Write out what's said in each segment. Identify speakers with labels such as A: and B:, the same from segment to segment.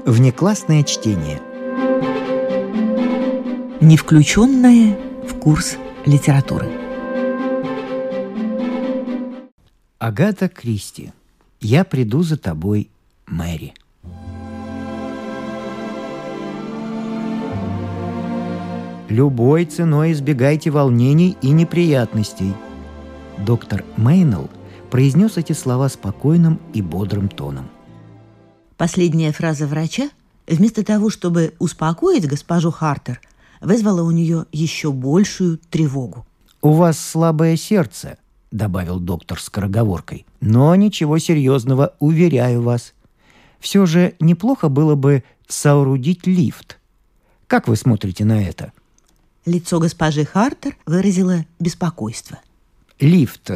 A: Внеклассное чтение.
B: Не включенное в курс литературы.
A: Агата Кристи. «Я приду за тобой, Мэри». Любой ценой избегайте волнений и неприятностей. Доктор Мейнелл произнес эти слова спокойным и бодрым тоном.
B: Последняя фраза врача, вместо того, чтобы успокоить госпожу Хартер, вызвала у нее еще большую тревогу.
A: «У вас слабое сердце», — добавил доктор скороговоркой. «Но ничего серьезного, уверяю вас. Все же неплохо было бы соорудить лифт. Как вы смотрите на это?»
B: Лицо госпожи Хартер выразило беспокойство.
A: «Лифт,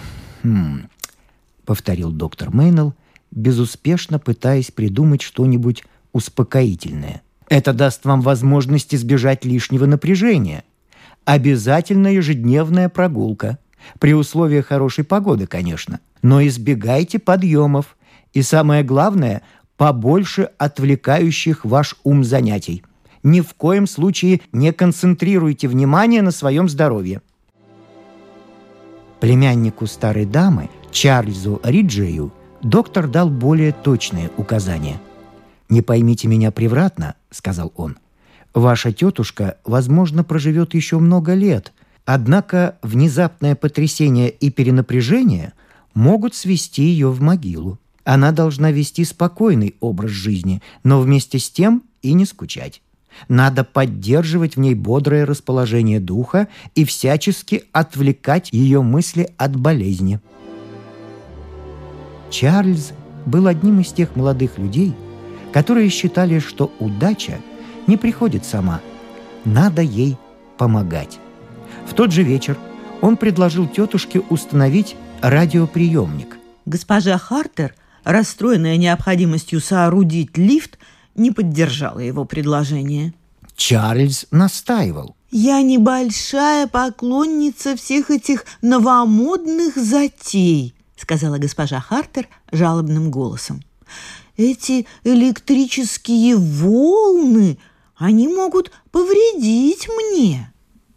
A: повторил доктор Мейнелл, безуспешно пытаясь придумать что-нибудь успокоительное. «Это даст вам возможность избежать лишнего напряжения. Обязательно ежедневная прогулка. При условии хорошей погоды, конечно. Но избегайте подъемов. И самое главное, побольше отвлекающих ваш ум занятий. Ни в коем случае не концентрируйте внимание на своем здоровье». Племяннику старой дамы, Чарльзу Риджею, доктор дал более точные указания. «Не поймите меня превратно», — сказал он. «Ваша тетушка, возможно, проживет еще много лет, однако внезапное потрясение и перенапряжение могут свести ее в могилу. Она должна вести спокойный образ жизни, но вместе с тем и не скучать. Надо поддерживать в ней бодрое расположение духа и всячески отвлекать ее мысли от болезни». Чарльз был одним из тех молодых людей, которые считали, что удача не приходит сама, надо ей помогать. В тот же вечер он предложил тетушке установить радиоприемник.
B: Госпожа Хартер, расстроенная необходимостью соорудить лифт, не поддержала его предложение.
A: Чарльз настаивал.
B: «Я небольшая поклонница всех этих новомодных затей», сказала госпожа Хартер жалобным голосом. «Эти электрические волны, они могут повредить мне».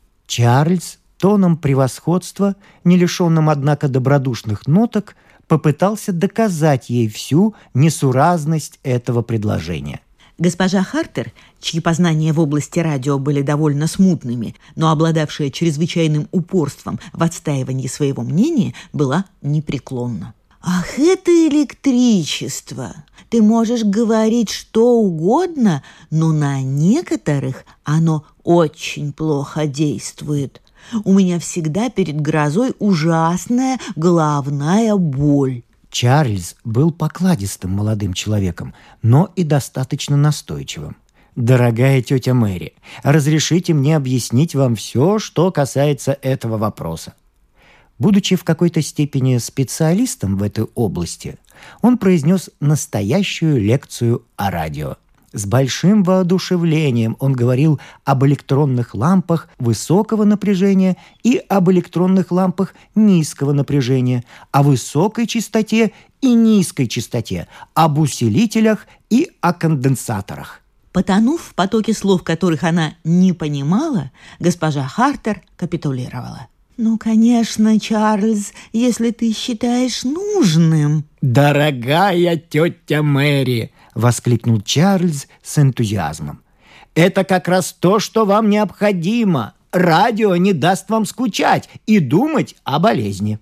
A: Чарльз тоном превосходства, не лишенным, однако, добродушных ноток, попытался доказать ей всю несуразность этого предложения.
B: Госпожа Хартер, чьи познания в области радио были довольно смутными, но обладавшая чрезвычайным упорством в отстаивании своего мнения, была непреклонна. «Ах, это электричество! Ты можешь говорить что угодно, но на некоторых оно очень плохо действует. У меня всегда перед грозой ужасная головная боль».
A: Чарльз был покладистым молодым человеком, но и достаточно настойчивым. «Дорогая тетя Мэри, разрешите мне объяснить вам все, что касается этого вопроса». Будучи в какой-то степени специалистом в этой области, он произнес настоящую лекцию о радио. С большим воодушевлением он говорил об электронных лампах высокого напряжения и об электронных лампах низкого напряжения, о высокой частоте и низкой частоте, об усилителях и о конденсаторах.
B: Потонув в потоке слов, которых она не понимала, госпожа Хартер капитулировала. «Ну, конечно, Чарльз, если ты считаешь нужным».
A: «Дорогая тетя Мэри!» — воскликнул Чарльз с энтузиазмом. «Это как раз то, что вам необходимо. Радио не даст вам скучать и думать о болезни».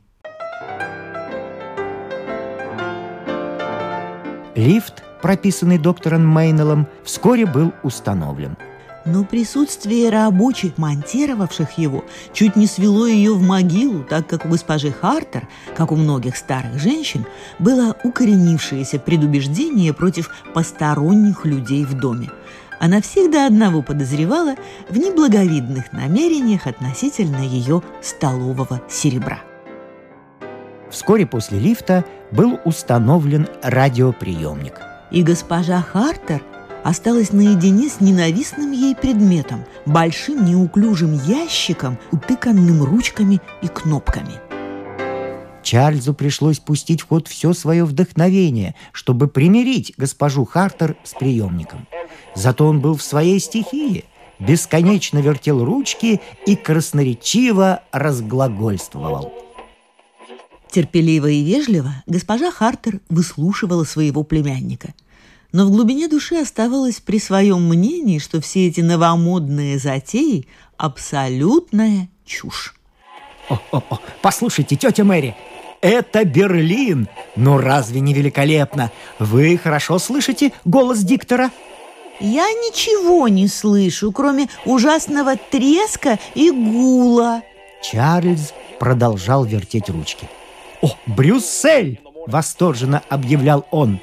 A: Лифт, прописанный доктором Мейнеллом, вскоре был установлен.
B: Но присутствие рабочих, монтировавших его, чуть не свело ее в могилу, так как у госпожи Хартер, как у многих старых женщин, было укоренившееся предубеждение против посторонних людей в доме. Она всегда одного подозревала в неблаговидных намерениях относительно ее столового серебра.
A: Вскоре после лифта был установлен радиоприемник.
B: И госпожа Хартер осталась наедине с ненавистным ей предметом – большим неуклюжим ящиком, утыканным ручками и кнопками.
A: Чарльзу пришлось пустить в ход все свое вдохновение, чтобы примирить госпожу Хартер с приемником. Зато он был в своей стихии, бесконечно вертел ручки и красноречиво разглагольствовал.
B: Терпеливо и вежливо госпожа Хартер выслушивала своего племянника, но в глубине души оставалась при своем мнении, что все эти новомодные затеи – абсолютная чушь.
A: Послушайте, тетя Мэри, это Берлин! Ну разве не великолепно? Вы хорошо слышите голос диктора?
B: Я ничего не слышу, кроме ужасного треска и гула.
A: Чарльз продолжал вертеть ручки. «О, Брюссель!» – восторженно объявлял он.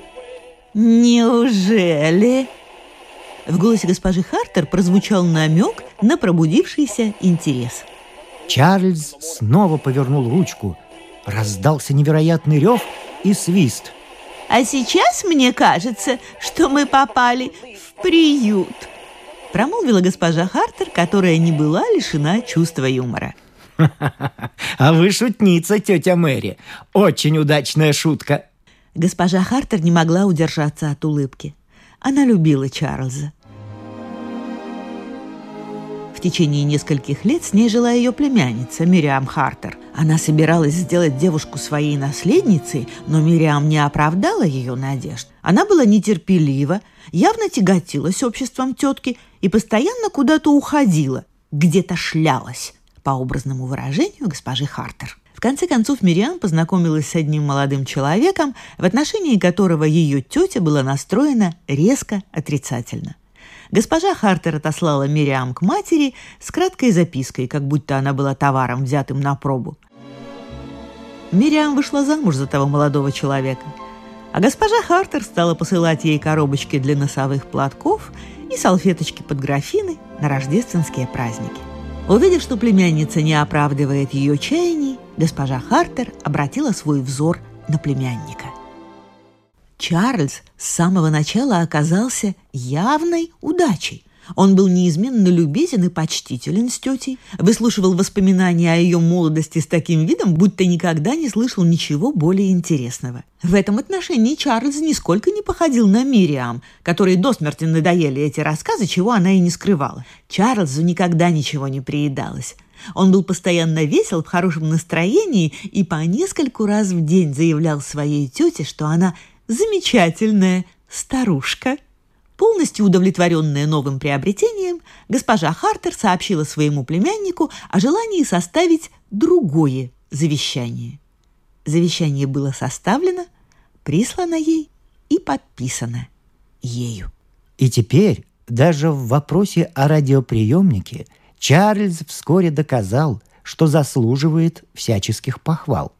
B: Неужели? В голосе госпожи Хартер прозвучал намек на пробудившийся интерес.
A: Чарльз снова повернул ручку. Раздался невероятный рев и свист.
B: А сейчас мне кажется, что мы попали в приют, промолвила госпожа Хартер, которая не была лишена чувства юмора.
A: А вы шутница, тетя Мэри. Очень удачная шутка.
B: Госпожа Хартер не могла удержаться от улыбки. Она любила Чарльза. В течение нескольких лет с ней жила ее племянница Мириам Хартер. Она собиралась сделать девушку своей наследницей, но Мириам не оправдала ее надежд. Она была нетерпелива, явно тяготилась обществом тетки и постоянно куда-то уходила, где-то шлялась, по образному выражению госпожи Хартер. В конце концов, Мириам познакомилась с одним молодым человеком, в отношении которого ее тетя была настроена резко отрицательно. Госпожа Хартер отослала Мириам к матери с краткой запиской, как будто она была товаром, взятым на пробу. Мириам вышла замуж за того молодого человека, а госпожа Хартер стала посылать ей коробочки для носовых платков и салфеточки под графины на рождественские праздники. Увидев, что племянница не оправдывает ее чаяний, госпожа Хартер обратила свой взор на племянника. Чарльз с самого начала оказался явной удачей. Он был неизменно любезен и почтителен с тетей, выслушивал воспоминания о ее молодости с таким видом, будто никогда не слышал ничего более интересного. В этом отношении Чарльз нисколько не походил на Мириам, которой до смерти надоели эти рассказы, чего она и не скрывала. Чарльзу никогда ничего не приедалось. Он был постоянно весел, в хорошем настроении и по нескольку раз в день заявлял своей тете, что она замечательная старушка. Полностью удовлетворенная новым приобретением, госпожа Хартер сообщила своему племяннику о желании составить другое завещание. Завещание было составлено, прислано ей и подписано ею.
A: И теперь даже в вопросе о радиоприемнике Чарльз вскоре доказал, что заслуживает всяческих похвал.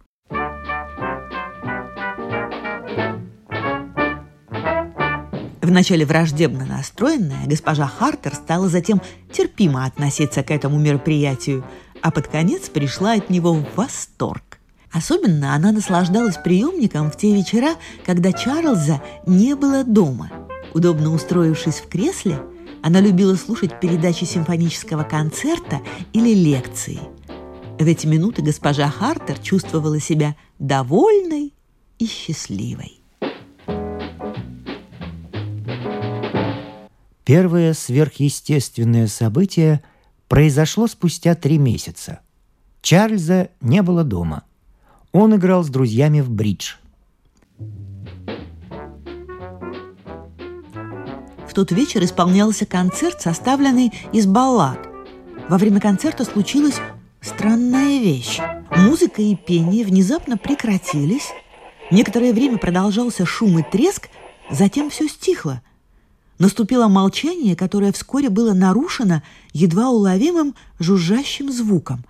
B: Вначале враждебно настроенная, госпожа Хартер стала затем терпимо относиться к этому мероприятию, а под конец пришла от него в восторг. Особенно она наслаждалась приемником в те вечера, когда Чарльза не было дома. Удобно устроившись в кресле, она любила слушать передачи симфонического концерта или лекции. В эти минуты госпожа Хартер чувствовала себя довольной и счастливой.
A: Первое сверхъестественное событие произошло спустя 3 месяца. Чарльза не было дома. Он играл с друзьями в бридж.
B: В тот вечер исполнялся концерт, составленный из баллад. Во время концерта случилась странная вещь. Музыка и пение внезапно прекратились. Некоторое время продолжался шум и треск, затем все стихло. Наступило молчание, которое вскоре было нарушено едва уловимым жужжащим звуком.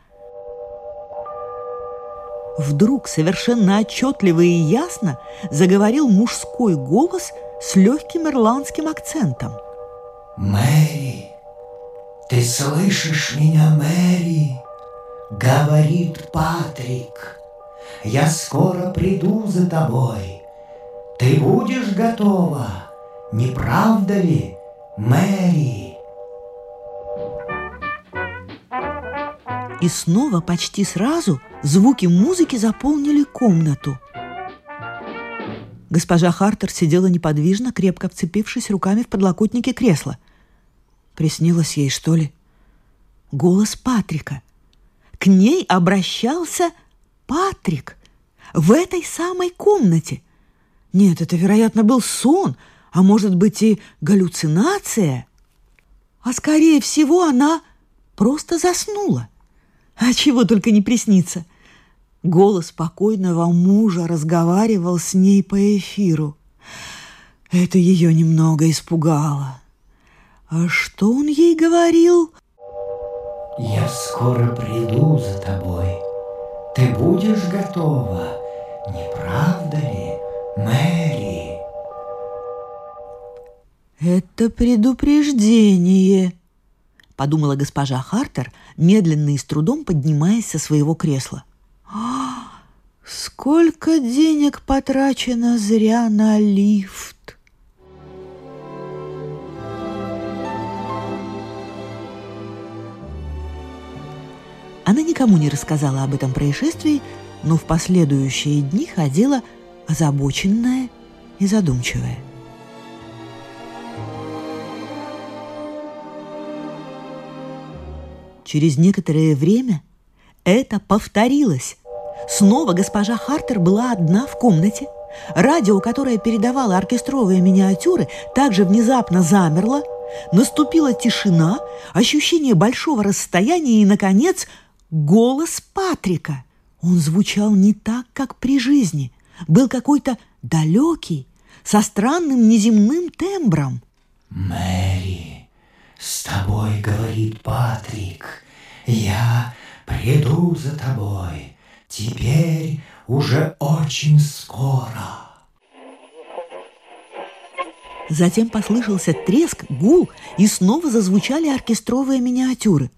B: Вдруг совершенно отчетливо и ясно заговорил мужской голос с легким ирландским акцентом.
A: «Мэри, ты слышишь меня, Мэри?» — говорит Патрик. «Я скоро приду за тобой. Ты будешь готова? Не правда ли, Мэри?»
B: И снова почти сразу звуки музыки заполнили комнату. Госпожа Хартер сидела неподвижно, крепко вцепившись руками в подлокотники кресла. Приснилось ей, что ли? Голос Патрика. К ней обращался Патрик в этой самой комнате. Нет, это, вероятно, был сон, а может быть и галлюцинация. А скорее всего, она просто заснула. А чего только не приснится. Голос покойного мужа разговаривал с ней по эфиру. Это ее немного испугало. А что он ей говорил?
A: «Я скоро приду за тобой. Ты будешь готова, не правда ли, Мэри?»
B: «Это предупреждение», — подумала госпожа Хартер, медленно и с трудом поднимаясь со своего кресла. «Сколько денег потрачено зря на лифт!» Она никому не рассказала об этом происшествии, но в последующие дни ходила озабоченная и задумчивая. Через некоторое время это повторилось. Снова госпожа Хартер была одна в комнате. Радио, которое передавало оркестровые миниатюры, также внезапно замерло. Наступила тишина, ощущение большого расстояния и, наконец, голос Патрика. Он звучал не так, как при жизни. Был какой-то далекий, со странным неземным тембром.
A: «Мэри, с тобой говорит Патрик. Я приду за тобой. Теперь уже очень скоро».
B: Затем послышался треск, гул, и снова зазвучали оркестровые миниатюры.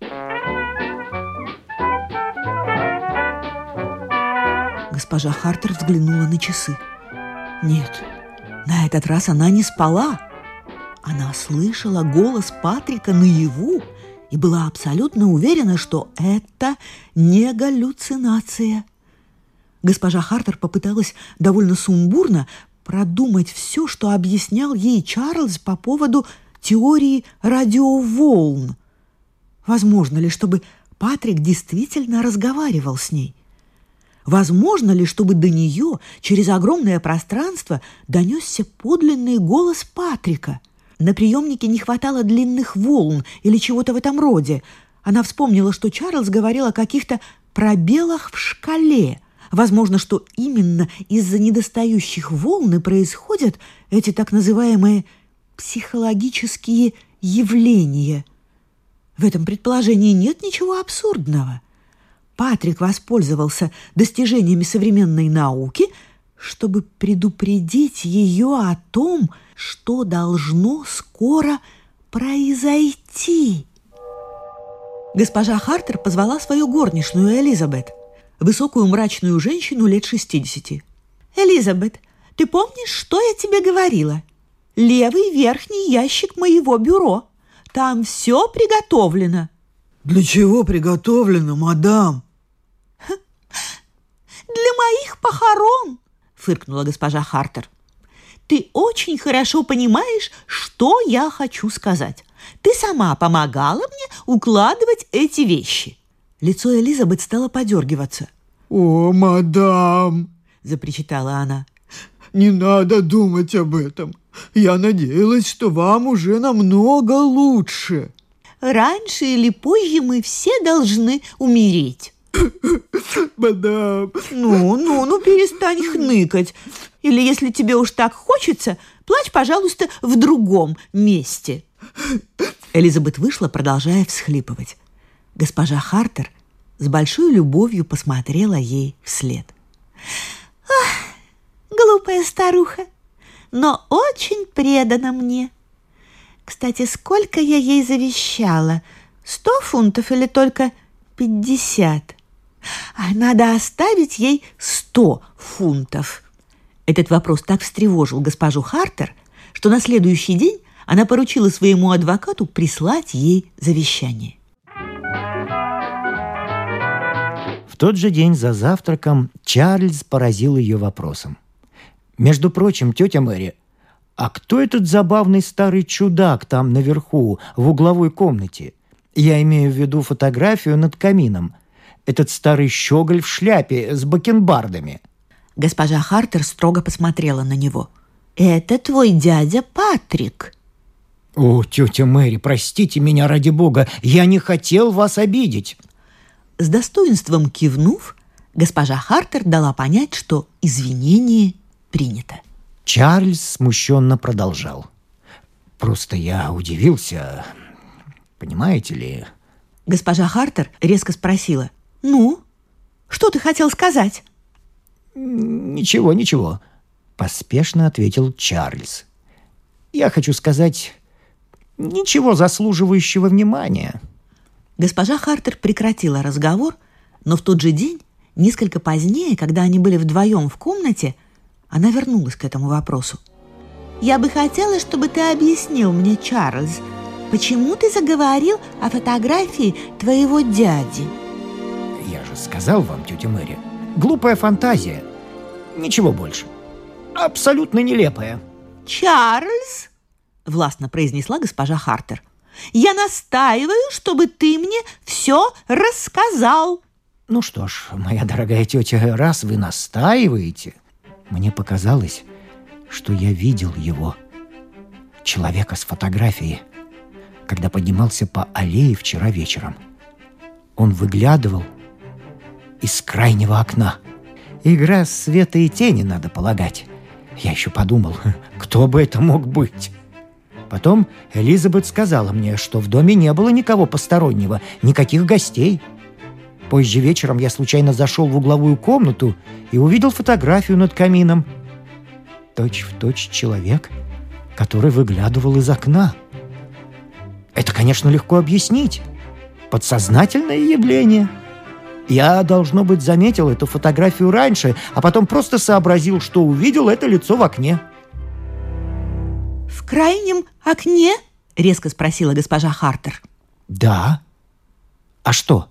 B: Госпожа Хартер взглянула на часы. Нет, на этот раз она не спала. Она слышала голос Патрика наяву и была абсолютно уверена, что это не галлюцинация. Госпожа Хартер попыталась довольно сумбурно продумать все, что объяснял ей Чарльз по поводу теории радиоволн. Возможно ли, чтобы Патрик действительно разговаривал с ней? Возможно ли, чтобы до нее через огромное пространство донесся подлинный голос Патрика? На приемнике не хватало длинных волн или чего-то в этом роде. Она вспомнила, что Чарльз говорил о каких-то пробелах в шкале. Возможно, что именно из-за недостающих волн и происходят эти так называемые психологические явления. В этом предположении нет ничего абсурдного. Патрик воспользовался достижениями современной науки, чтобы предупредить ее о том, что должно скоро произойти. Госпожа Хартер позвала свою горничную Элизабет, высокую мрачную женщину лет 60. «Элизабет, ты помнишь, что я тебе говорила? Левый верхний ящик моего бюро. Там все приготовлено».
C: «Для чего приготовлено, мадам?»
B: «Для моих похорон», — фыркнула госпожа Хартер. «Ты очень хорошо понимаешь, что я хочу сказать. Ты сама помогала мне укладывать эти вещи». Лицо Элизабет стало подергиваться.
C: «О, мадам!»
B: — запричитала она.
C: «Не надо думать об этом. Я надеялась, что вам уже намного лучше».
B: «Раньше или позже мы все должны умереть».
C: «Мадам!»
B: Ну, перестань хныкать. Или, если тебе уж так хочется, плачь, пожалуйста, в другом месте». Элизабет вышла, продолжая всхлипывать. Госпожа Хартер с большой любовью посмотрела ей вслед. «Ах, глупая старуха, но очень предана мне. Кстати, сколько я ей завещала? 100 фунтов или только 50? Надо оставить ей 100 фунтов». Этот вопрос так встревожил госпожу Хартер, что на следующий день она поручила своему адвокату прислать ей завещание.
A: тот же день за завтраком Чарльз поразил ее вопросом. «Между прочим, тетя Мэри, а кто этот забавный старый чудак там наверху, в угловой комнате? Я имею в виду фотографию над камином. Этот старый щеголь в шляпе с бакенбардами».
B: Госпожа Хартер строго посмотрела на него. «Это твой дядя Патрик».
A: «О, тетя Мэри, простите меня ради бога, я не хотел вас обидеть».
B: С достоинством кивнув, госпожа Хартер дала понять, что извинение принято.
A: Чарльз смущенно продолжал. «Просто я удивился, понимаете ли?»
B: Госпожа Хартер резко спросила: «Ну, что ты хотел сказать?»
A: «Ничего, ничего», – поспешно ответил Чарльз. «Я хочу сказать, ничего заслуживающего внимания».
B: Госпожа Хартер прекратила разговор, но в тот же день, несколько позднее, когда они были вдвоем в комнате, она вернулась к этому вопросу. «Я бы хотела, чтобы ты объяснил мне, Чарльз, почему ты заговорил о фотографии твоего дяди?»
A: «Я же сказал вам, тетя Мэри, глупая фантазия. Ничего больше. Абсолютно нелепая».
B: «Чарльз», — властно произнесла госпожа Хартер, «я настаиваю, чтобы ты мне все рассказал».
A: «Ну что ж, моя дорогая тетя, раз вы настаиваете...» Мне показалось, что я видел его, человека с фотографией, когда поднимался по аллее вчера вечером. Он выглядывал из крайнего окна. Игра света и тени, надо полагать. Я еще подумал, кто бы это мог быть. Потом Элизабет сказала мне, что в доме не было никого постороннего, никаких гостей. Позже вечером я случайно зашел в угловую комнату и увидел фотографию над камином. Точь-в-точь человек, который выглядывал из окна. Это, конечно, легко объяснить. Подсознательное явление. Я, должно быть, заметил эту фотографию раньше, а потом просто сообразил, что увидел это лицо в окне.
B: «В крайнем окне?» — резко спросила госпожа Хартер.
A: «Да. А что?»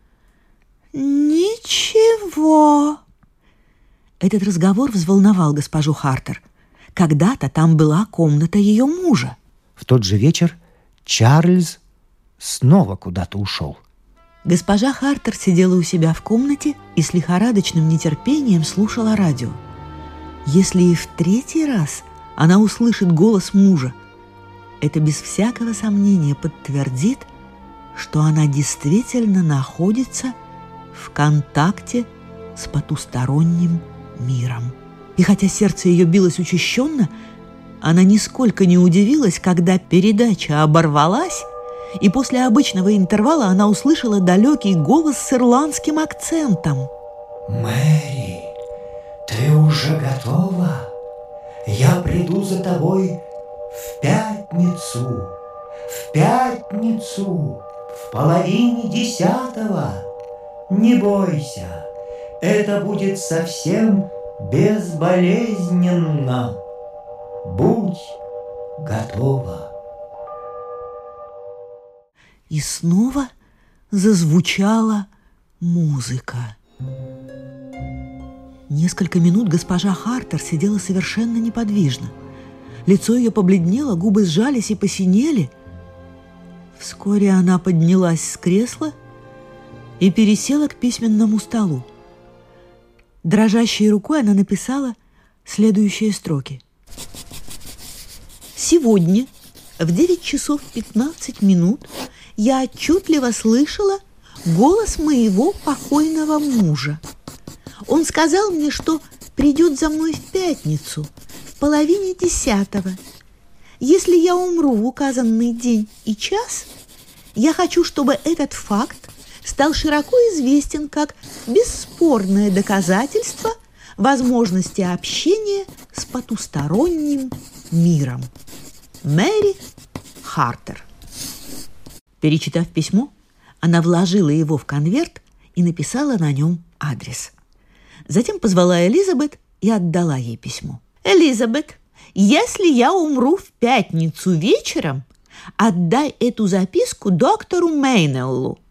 B: «Ничего». Этот разговор взволновал госпожу Хартер. Когда-то там была комната ее мужа.
A: В тот же вечер Чарльз снова куда-то ушел.
B: Госпожа Хартер сидела у себя в комнате и с лихорадочным нетерпением слушала радио. Если и в третий раз она услышит голос мужа, это без всякого сомнения подтвердит, что она действительно находится в контакте с потусторонним миром. И хотя сердце ее билось учащенно, она нисколько не удивилась, когда передача оборвалась, и после обычного интервала она услышала далекий голос с ирландским акцентом.
A: «Мэри, ты уже готова? Я приду за тобой в пятницу, в 9:30. Не бойся, это будет совсем безболезненно. Будь готова».
B: И снова зазвучала музыка. Несколько минут госпожа Хартер сидела совершенно неподвижно. Лицо ее побледнело, губы сжались и посинели. Вскоре она поднялась с кресла и пересела к письменному столу. Дрожащей рукой она написала следующие строки. «Сегодня в 9:15 я отчетливо слышала голос моего покойного мужа. Он сказал мне, что придет за мной в пятницу в 9:30. Если я умру в указанный день и час, я хочу, чтобы этот факт стал широко известен как бесспорное доказательство возможности общения с потусторонним миром. Мэри Хартер». Перечитав письмо, она вложила его в конверт и написала на нем адрес. Затем позвала Элизабет и отдала ей письмо. «Элизабет, если я умру в пятницу вечером, отдай эту записку доктору Мейнеллу».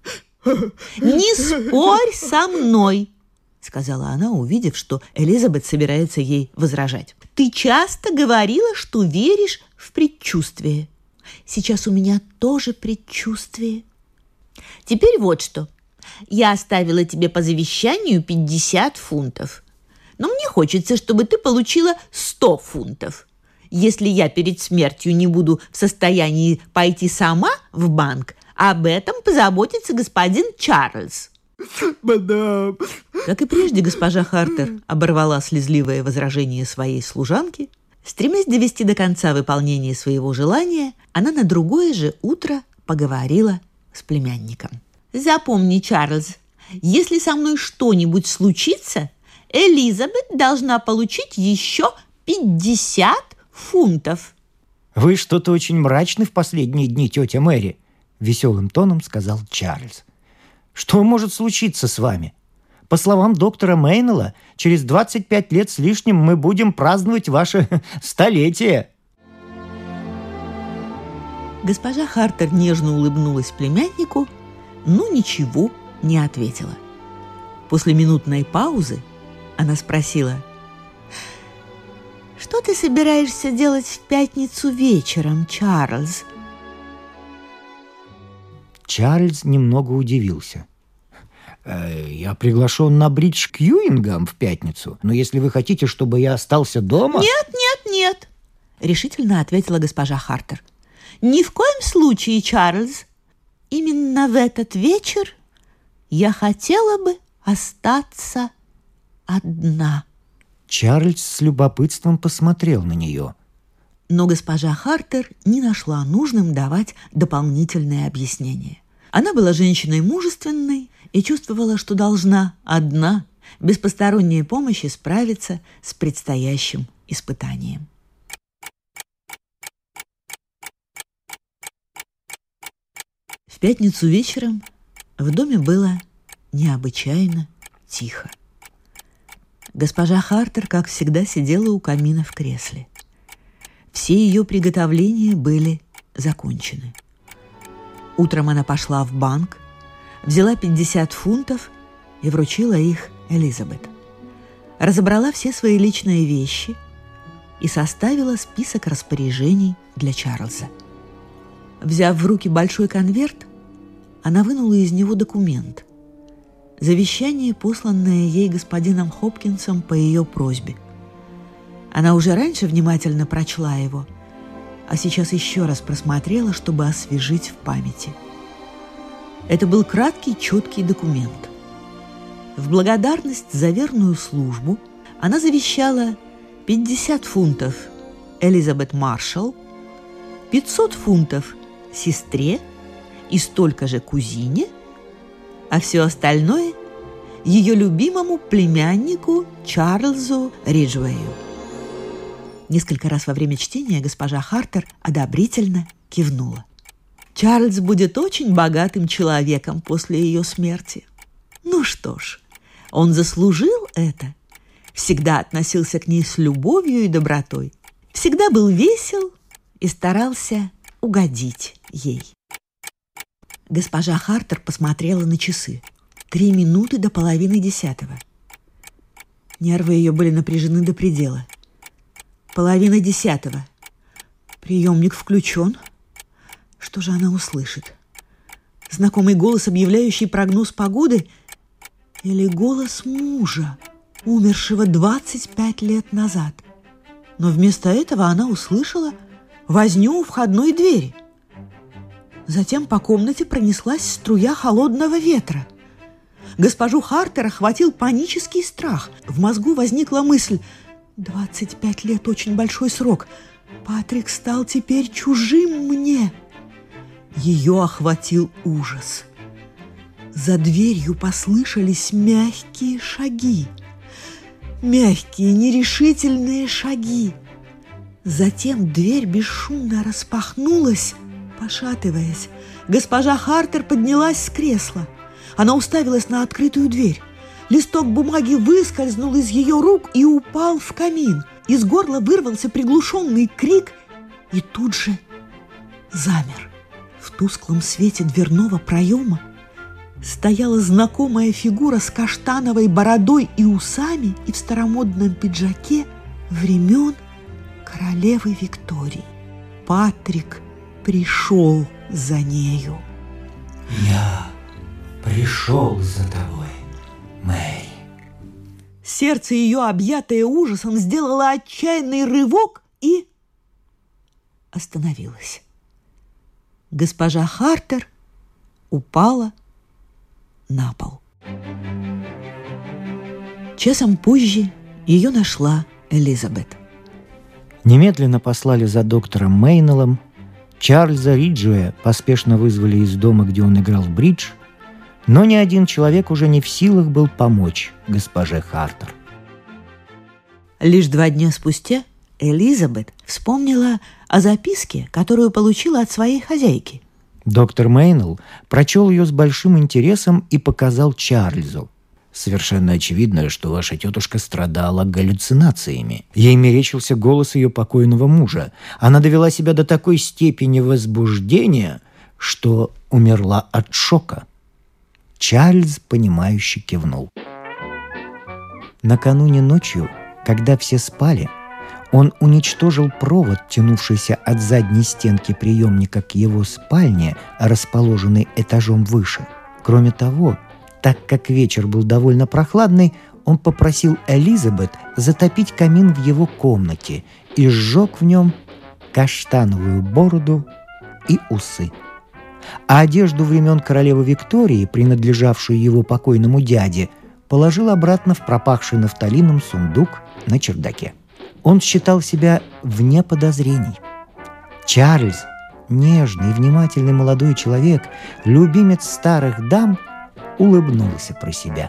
B: «Не спорь со мной», — сказала она, увидев, что Элизабет собирается ей возражать. «Ты часто говорила, что веришь в предчувствие. Сейчас у меня тоже предчувствие. Теперь вот что. Я оставила тебе по завещанию 50 фунтов. Но мне хочется, чтобы ты получила 100 фунтов. Если я перед смертью не буду в состоянии пойти сама в банк, об этом позаботится господин Чарльз».
C: Мадам.
B: Как и прежде, госпожа Хартер оборвала слезливое возражение своей служанки. Стремясь довести до конца выполнение своего желания, она на другое же утро поговорила с племянником. «Запомни, Чарльз, если со мной что-нибудь случится, Элизабет должна получить еще 50 фунтов».
A: «Вы что-то очень мрачны в последние дни, тетя Мэри», — веселым тоном сказал Чарльз. «Что может случиться с вами? По словам доктора Мейнелла, через 25 лет с лишним мы будем праздновать ваше столетие».
B: Госпожа Хартер нежно улыбнулась племяннику, но ничего не ответила. После минутной паузы она спросила: «Что ты собираешься делать в пятницу вечером, Чарльз?»
A: Чарльз немного удивился. «Я приглашен на бридж к Юингам в пятницу, но если вы хотите, чтобы я остался дома...»
B: «Нет», — решительно ответила госпожа Хартер. «Ни в коем случае, Чарльз. Именно в этот вечер я хотела бы остаться одна».
A: Чарльз с любопытством посмотрел на нее.
B: Но госпожа Хартер не нашла нужным давать дополнительные объяснения. Она была женщиной мужественной и чувствовала, что должна одна, без посторонней помощи, справиться с предстоящим испытанием. В пятницу вечером в доме было необычайно тихо. Госпожа Хартер, как всегда, сидела у камина в кресле. Все ее приготовления были закончены. Утром она пошла в банк, взяла 50 фунтов и вручила их Элизабет. Разобрала все свои личные вещи и составила список распоряжений для Чарльза. Взяв в руки большой конверт, она вынула из него документ. Завещание, посланное ей господином Хопкинсом по ее просьбе. Она уже раньше внимательно прочла его, а сейчас еще раз просмотрела, чтобы освежить в памяти. Это был краткий, четкий документ. В благодарность за верную службу она завещала 50 фунтов Элизабет Маршалл, 500 фунтов сестре и столько же кузине, а все остальное ее любимому племяннику Чарльзу Риджвею. Несколько раз во время чтения госпожа Хартер одобрительно кивнула. Чарльз будет очень богатым человеком после ее смерти. Ну что ж, он заслужил это. Всегда относился к ней с любовью и добротой. Всегда был весел и старался угодить ей. Госпожа Хартер посмотрела на часы. 3 минуты до 9:30. Нервы ее были напряжены до предела. 9:30. Приемник включен. Что же она услышит? Знакомый голос, объявляющий прогноз погоды, или голос мужа, умершего 25 лет назад? Но вместо этого она услышала возню у входной двери. Затем по комнате пронеслась струя холодного ветра. Госпожу Хартер охватил панический страх. В мозгу возникла мысль: 25 лет – очень большой срок. Патрик стал теперь чужим мне. Ее охватил ужас. За дверью послышались мягкие шаги. Мягкие, нерешительные шаги. Затем дверь бесшумно распахнулась, пошатываясь. Госпожа Хартер поднялась с кресла. Она уставилась на открытую дверь. Листок бумаги выскользнул из ее рук и упал в камин. Из горла вырвался приглушенный крик и тут же замер. В тусклом свете дверного проема стояла знакомая фигура с каштановой бородой и усами и в старомодном пиджаке времен королевы Виктории. Патрик пришел за нею.
A: «Я пришел за тобой, Мэри».
B: Сердце ее, объятое ужасом, сделало отчаянный рывок и остановилось. Госпожа Хартер упала на пол. Часом позже ее нашла Элизабет.
A: Немедленно послали за доктором Мейнеллом. Чарльза Риджуэя поспешно вызвали из дома, где он играл в бридж, но ни один человек уже не в силах был помочь госпоже Хартер.
B: Лишь 2 дня спустя Элизабет вспомнила о записке, которую получила от своей хозяйки.
A: Доктор Мейнелл прочел ее с большим интересом и показал Чарльзу. «Совершенно очевидно, что ваша тетушка страдала галлюцинациями. Ей мерещился голос ее покойного мужа. Она довела себя до такой степени возбуждения, что умерла от шока». Чарльз, понимающе кивнул. Накануне ночью, когда все спали, он уничтожил провод, тянувшийся от задней стенки приемника к его спальне, расположенной этажом выше. Кроме того, так как вечер был довольно прохладный, он попросил Элизабет затопить камин в его комнате и сжег в нем каштановую бороду и усы. А одежду времен королевы Виктории, принадлежавшую его покойному дяде, положил обратно в пропахший нафталином сундук на чердаке. Он считал себя вне подозрений. Чарльз, нежный и внимательный молодой человек, любимец старых дам, улыбнулся про себя.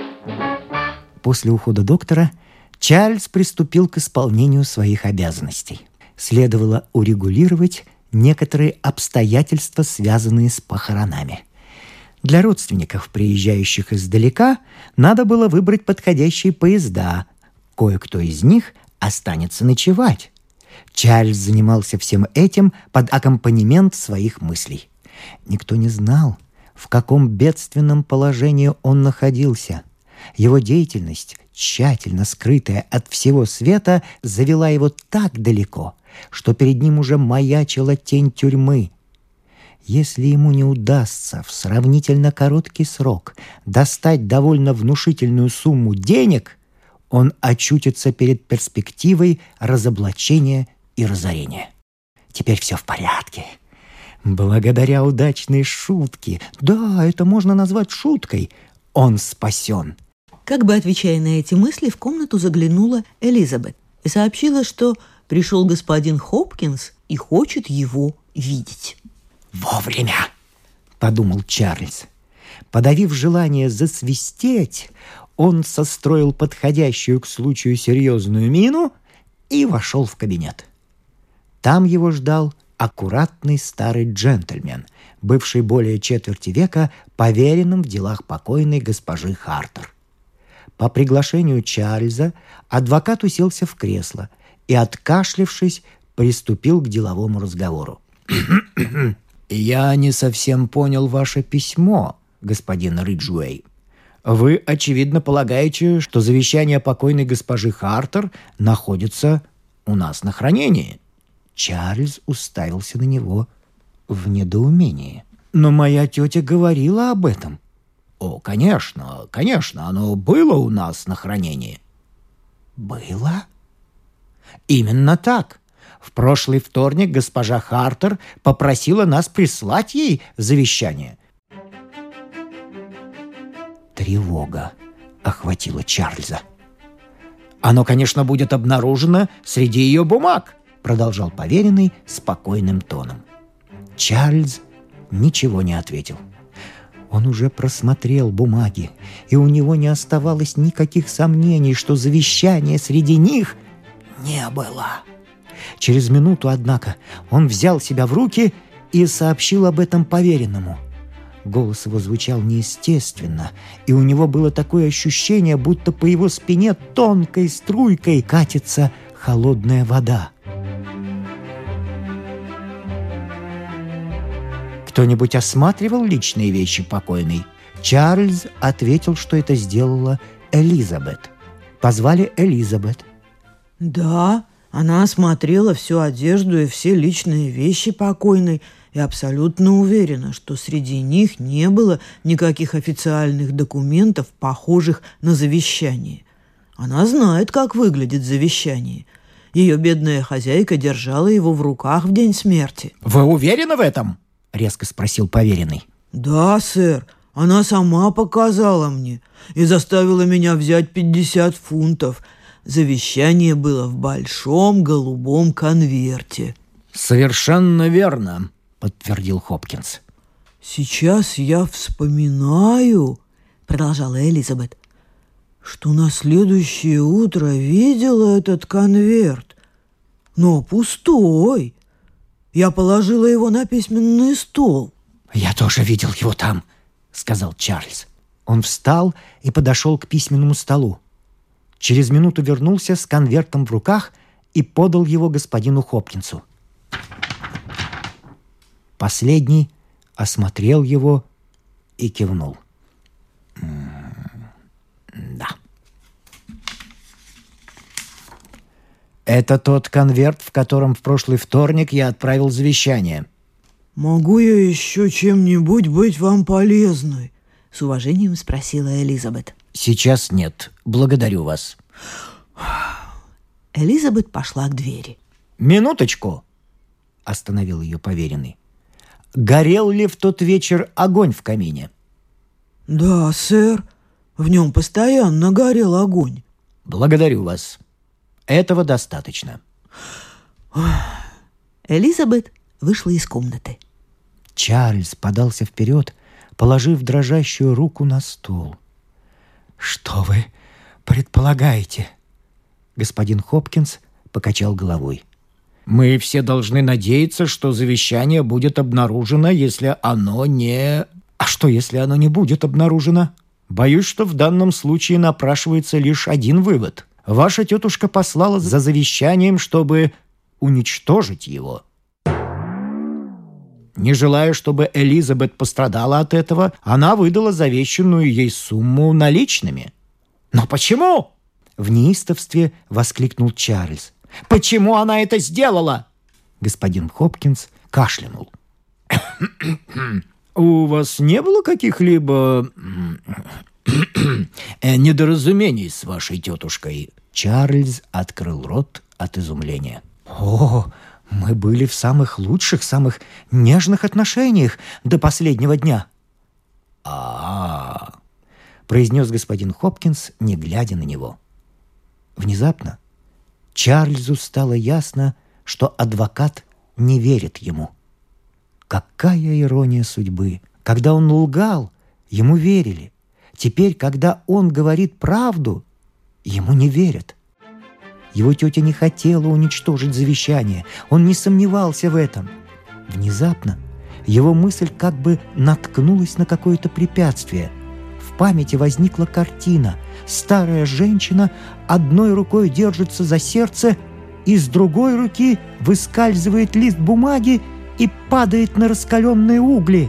A: После ухода доктора Чарльз приступил к исполнению своих обязанностей. Следовало урегулировать некоторые обстоятельства, связанные с похоронами. Для родственников, приезжающих издалека, надо было выбрать подходящие поезда. Кое-кто из них останется ночевать. Чарльз занимался всем этим под аккомпанемент своих мыслей. Никто не знал, в каком бедственном положении он находился. Его деятельность, тщательно скрытая от всего света, завела его так далеко, что перед ним уже маячила тень тюрьмы. Если ему не удастся в сравнительно короткий срок достать довольно внушительную сумму денег, он очутится перед перспективой разоблачения и разорения. Теперь все в порядке. Благодаря удачной шутке, да, это можно назвать шуткой, он спасен.
B: Как бы отвечая на эти мысли, в комнату заглянула Элизабет и сообщила, что пришел господин Хопкинс и хочет его видеть.
A: «Вовремя!» – подумал Чарльз. Подавив желание засвистеть, он состроил подходящую к случаю серьезную мину и вошел в кабинет. Там его ждал аккуратный старый джентльмен, бывший более четверти века поверенным в делах покойной госпожи Хартер. По приглашению Чарльза адвокат уселся в кресло и, откашлявшись, приступил к деловому разговору. «Я не совсем понял ваше письмо, господин Риджуэй. Вы, очевидно, полагаете, что завещание покойной госпожи Хартер находится у нас на хранении?» Чарльз уставился на него в недоумении. «Но моя тетя говорила об этом». «О, конечно, оно было у нас на хранении». «Было?» «Именно так. В прошлый вторник госпожа Хартер попросила нас прислать ей завещание». Тревога охватила Чарльза. «Оно, конечно, будет обнаружено среди ее бумаг», продолжал поверенный спокойным тоном. Чарльз ничего не ответил. Он уже просмотрел бумаги, и у него не оставалось никаких сомнений, что завещания среди них не было. Через минуту, однако, он взял себя в руки и сообщил об этом поверенному. Голос его звучал неестественно, и у него было такое ощущение, будто по его спине тонкой струйкой катится холодная вода. «Кто-нибудь осматривал личные вещи покойной?» Чарльз ответил, что это сделала Элизабет. Позвали Элизабет.
B: Да, она осмотрела всю одежду и все личные вещи покойной и абсолютно уверена, что среди них не было никаких официальных документов, похожих на завещание. Она знает, как выглядит завещание. Ее бедная хозяйка держала его в руках в день смерти.
A: «Вы уверены в этом?» — резко спросил поверенный.
B: «Да, сэр. Она сама показала мне и заставила меня взять 50 фунтов. Завещание было в большом голубом конверте».
A: «Совершенно верно», — подтвердил Хопкинс.
B: «Сейчас я вспоминаю», — продолжала Элизабет, «что на следующее утро видела этот конверт, но пустой. Я положила его на письменный стол».
A: «Я тоже видел его там», — сказал Чарльз. Он встал и подошел к письменному столу. Через минуту вернулся с конвертом в руках и подал его господину Хопкинсу. Последний осмотрел его и кивнул. «Да. Это тот конверт, в котором в прошлый вторник я отправил завещание».
B: «Могу я еще чем-нибудь быть вам полезной?» — с уважением спросила Элизабет.
A: «Сейчас нет. Благодарю вас».
B: Элизабет пошла к двери.
A: «Минуточку!» — остановил ее поверенный. «Горел ли в тот вечер огонь в камине?»
B: «Да, сэр. В нем постоянно горел огонь».
A: «Благодарю вас. Этого достаточно».
B: Элизабет вышла из комнаты.
A: Чарльз подался вперед, положив дрожащую руку на стол. «Что вы предполагаете?» Господин Хопкинс покачал головой. «Мы все должны надеяться, что завещание будет обнаружено, если оно не... А что, если оно не будет обнаружено? Боюсь, что в данном случае напрашивается лишь один вывод. Ваша тетушка послала за завещанием, чтобы уничтожить его. Не желая, чтобы Элизабет пострадала от этого, она выдала завещанную ей сумму наличными». «Но почему?» — в неистовстве воскликнул Чарльз. «Почему она это сделала?» Господин Хопкинс кашлянул. «У вас не было каких-либо недоразумений с вашей тетушкой?» Чарльз открыл рот от изумления. «О, мы были в самых лучших, самых нежных отношениях до последнего дня». «А-а-а», — произнес господин Хопкинс, не глядя на него. Внезапно Чарльзу стало ясно, что адвокат не верит ему. Какая ирония судьбы! Когда он лгал, ему верили. Теперь, когда он говорит правду, ему не верят. Его тетя не хотела уничтожить завещание. Он не сомневался в этом. Внезапно его мысль как бы наткнулась на какое-то препятствие. В памяти возникла картина. Старая женщина одной рукой держится за сердце, и с другой руки выскальзывает лист бумаги и падает на раскаленные угли.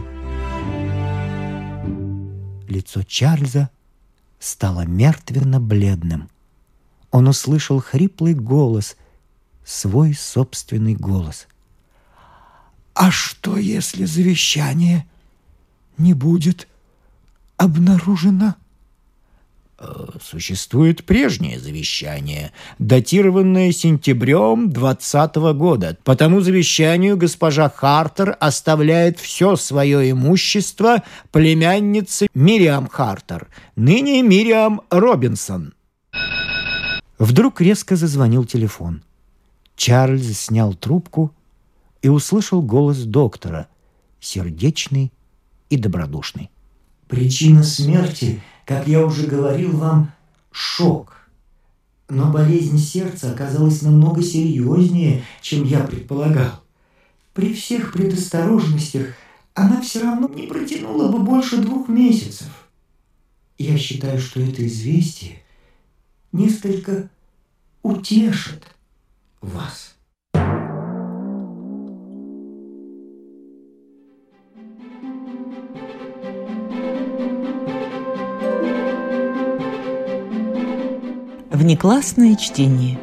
A: Лицо Чарльза стало мертвенно-бледным. Он услышал хриплый голос, свой собственный голос. «А что, если завещание не будет обнаружено?» «Существует прежнее завещание, датированное сентябрем 2020 года. По тому завещанию госпожа Хартер оставляет все свое имущество племяннице Мириам Хартер, ныне Мириам Робинсон». Вдруг резко зазвонил телефон. Чарльз снял трубку и услышал голос доктора, сердечный и добродушный. «Причина смерти, как я уже говорил вам, шок. Но болезнь сердца оказалась намного серьезнее, чем я предполагал. При всех предосторожностях она все равно не протянула бы больше 2 месяцев. Я считаю, что это известие несколько утешит вас».
B: внеклассное чтение.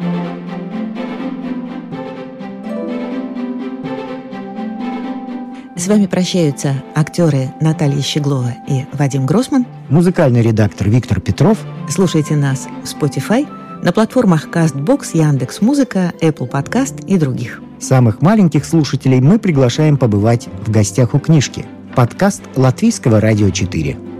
B: С вами прощаются актеры Наталья Щеглова и Вадим Гроссман.
A: Музыкальный редактор Виктор Петров.
B: Слушайте нас в Spotify, на платформах CastBox, Яндекс.Музыка, Apple Podcast и других.
A: Самых маленьких слушателей мы приглашаем побывать в гостях у книжки. Подкаст Латвийского радио 4.